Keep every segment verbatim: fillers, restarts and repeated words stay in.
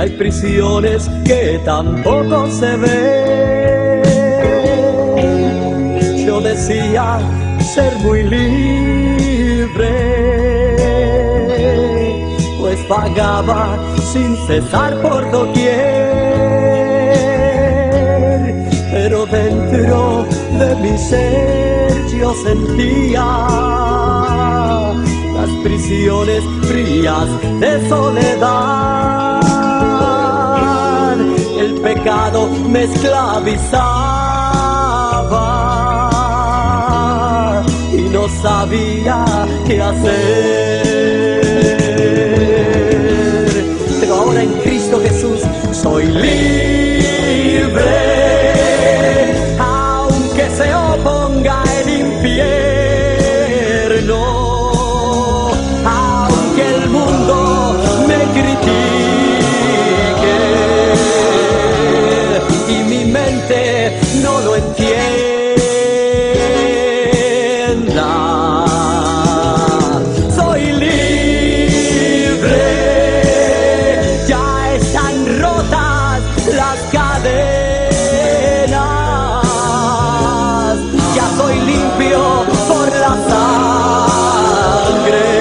hay prisiones que tampoco se ven. Yo decía ser muy libre, pues vagaba sin cesar por doquier, pero dentro de mi ser yo sentía las prisiones frías de soledad. El pecado me esclavizaba y no sabía qué hacer. Pero ahora en Cristo Jesús soy libre, aunque se oponga el infierno, aunque el mundo me critique y mi mente no lo entienda. Soy libre, ya están rotas las cadenas, ya soy limpio por la sangre,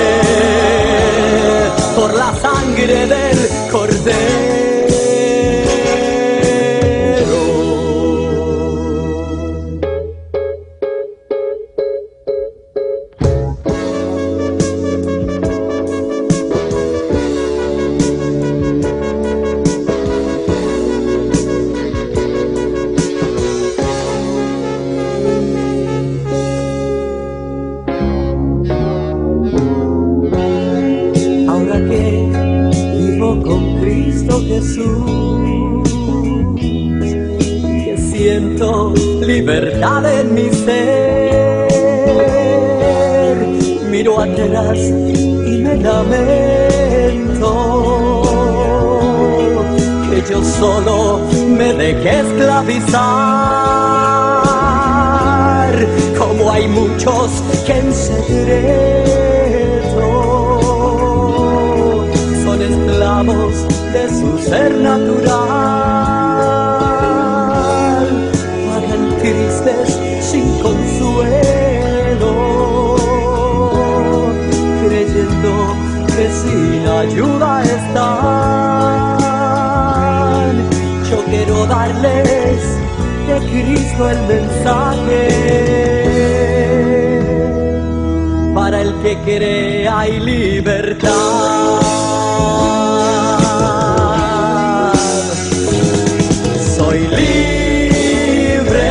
por la sangre del Cordero. Ahora que vivo con Cristo Jesús, que siento libertad en mi ser, miro atrás y me lamento que yo solo me dejé esclavizar, como hay muchos que en secreto son esclavos de su ser natural, vagan tristes sin consuelo, creyendo que sin ayuda están. Yo quiero darles de Cristo el mensaje, para el que cree hay libertad. Soy libre,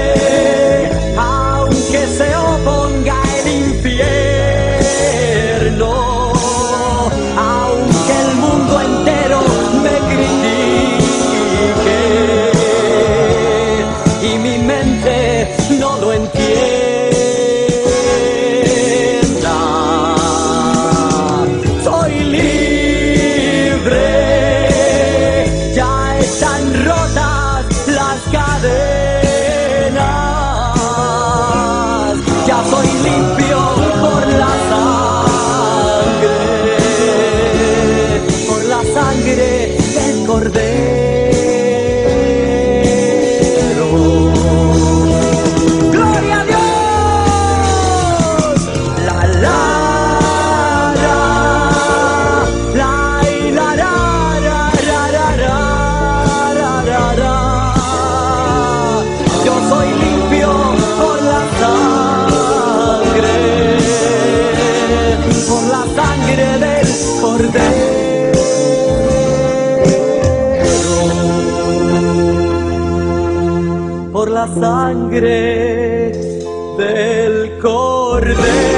aunque se oponga el infierno, aunque el mundo entero me critique y mi mente no lo entienda. Soy libre, ya están rotas las cadenas, ya soy limpio por la sangre, por la sangre del Cordero. ¡Gloria a Dios! La la la la la la la la la la la la. Yo soy limpio por la sangre, por la sangre del Cordero. Por la sangre del Cordero.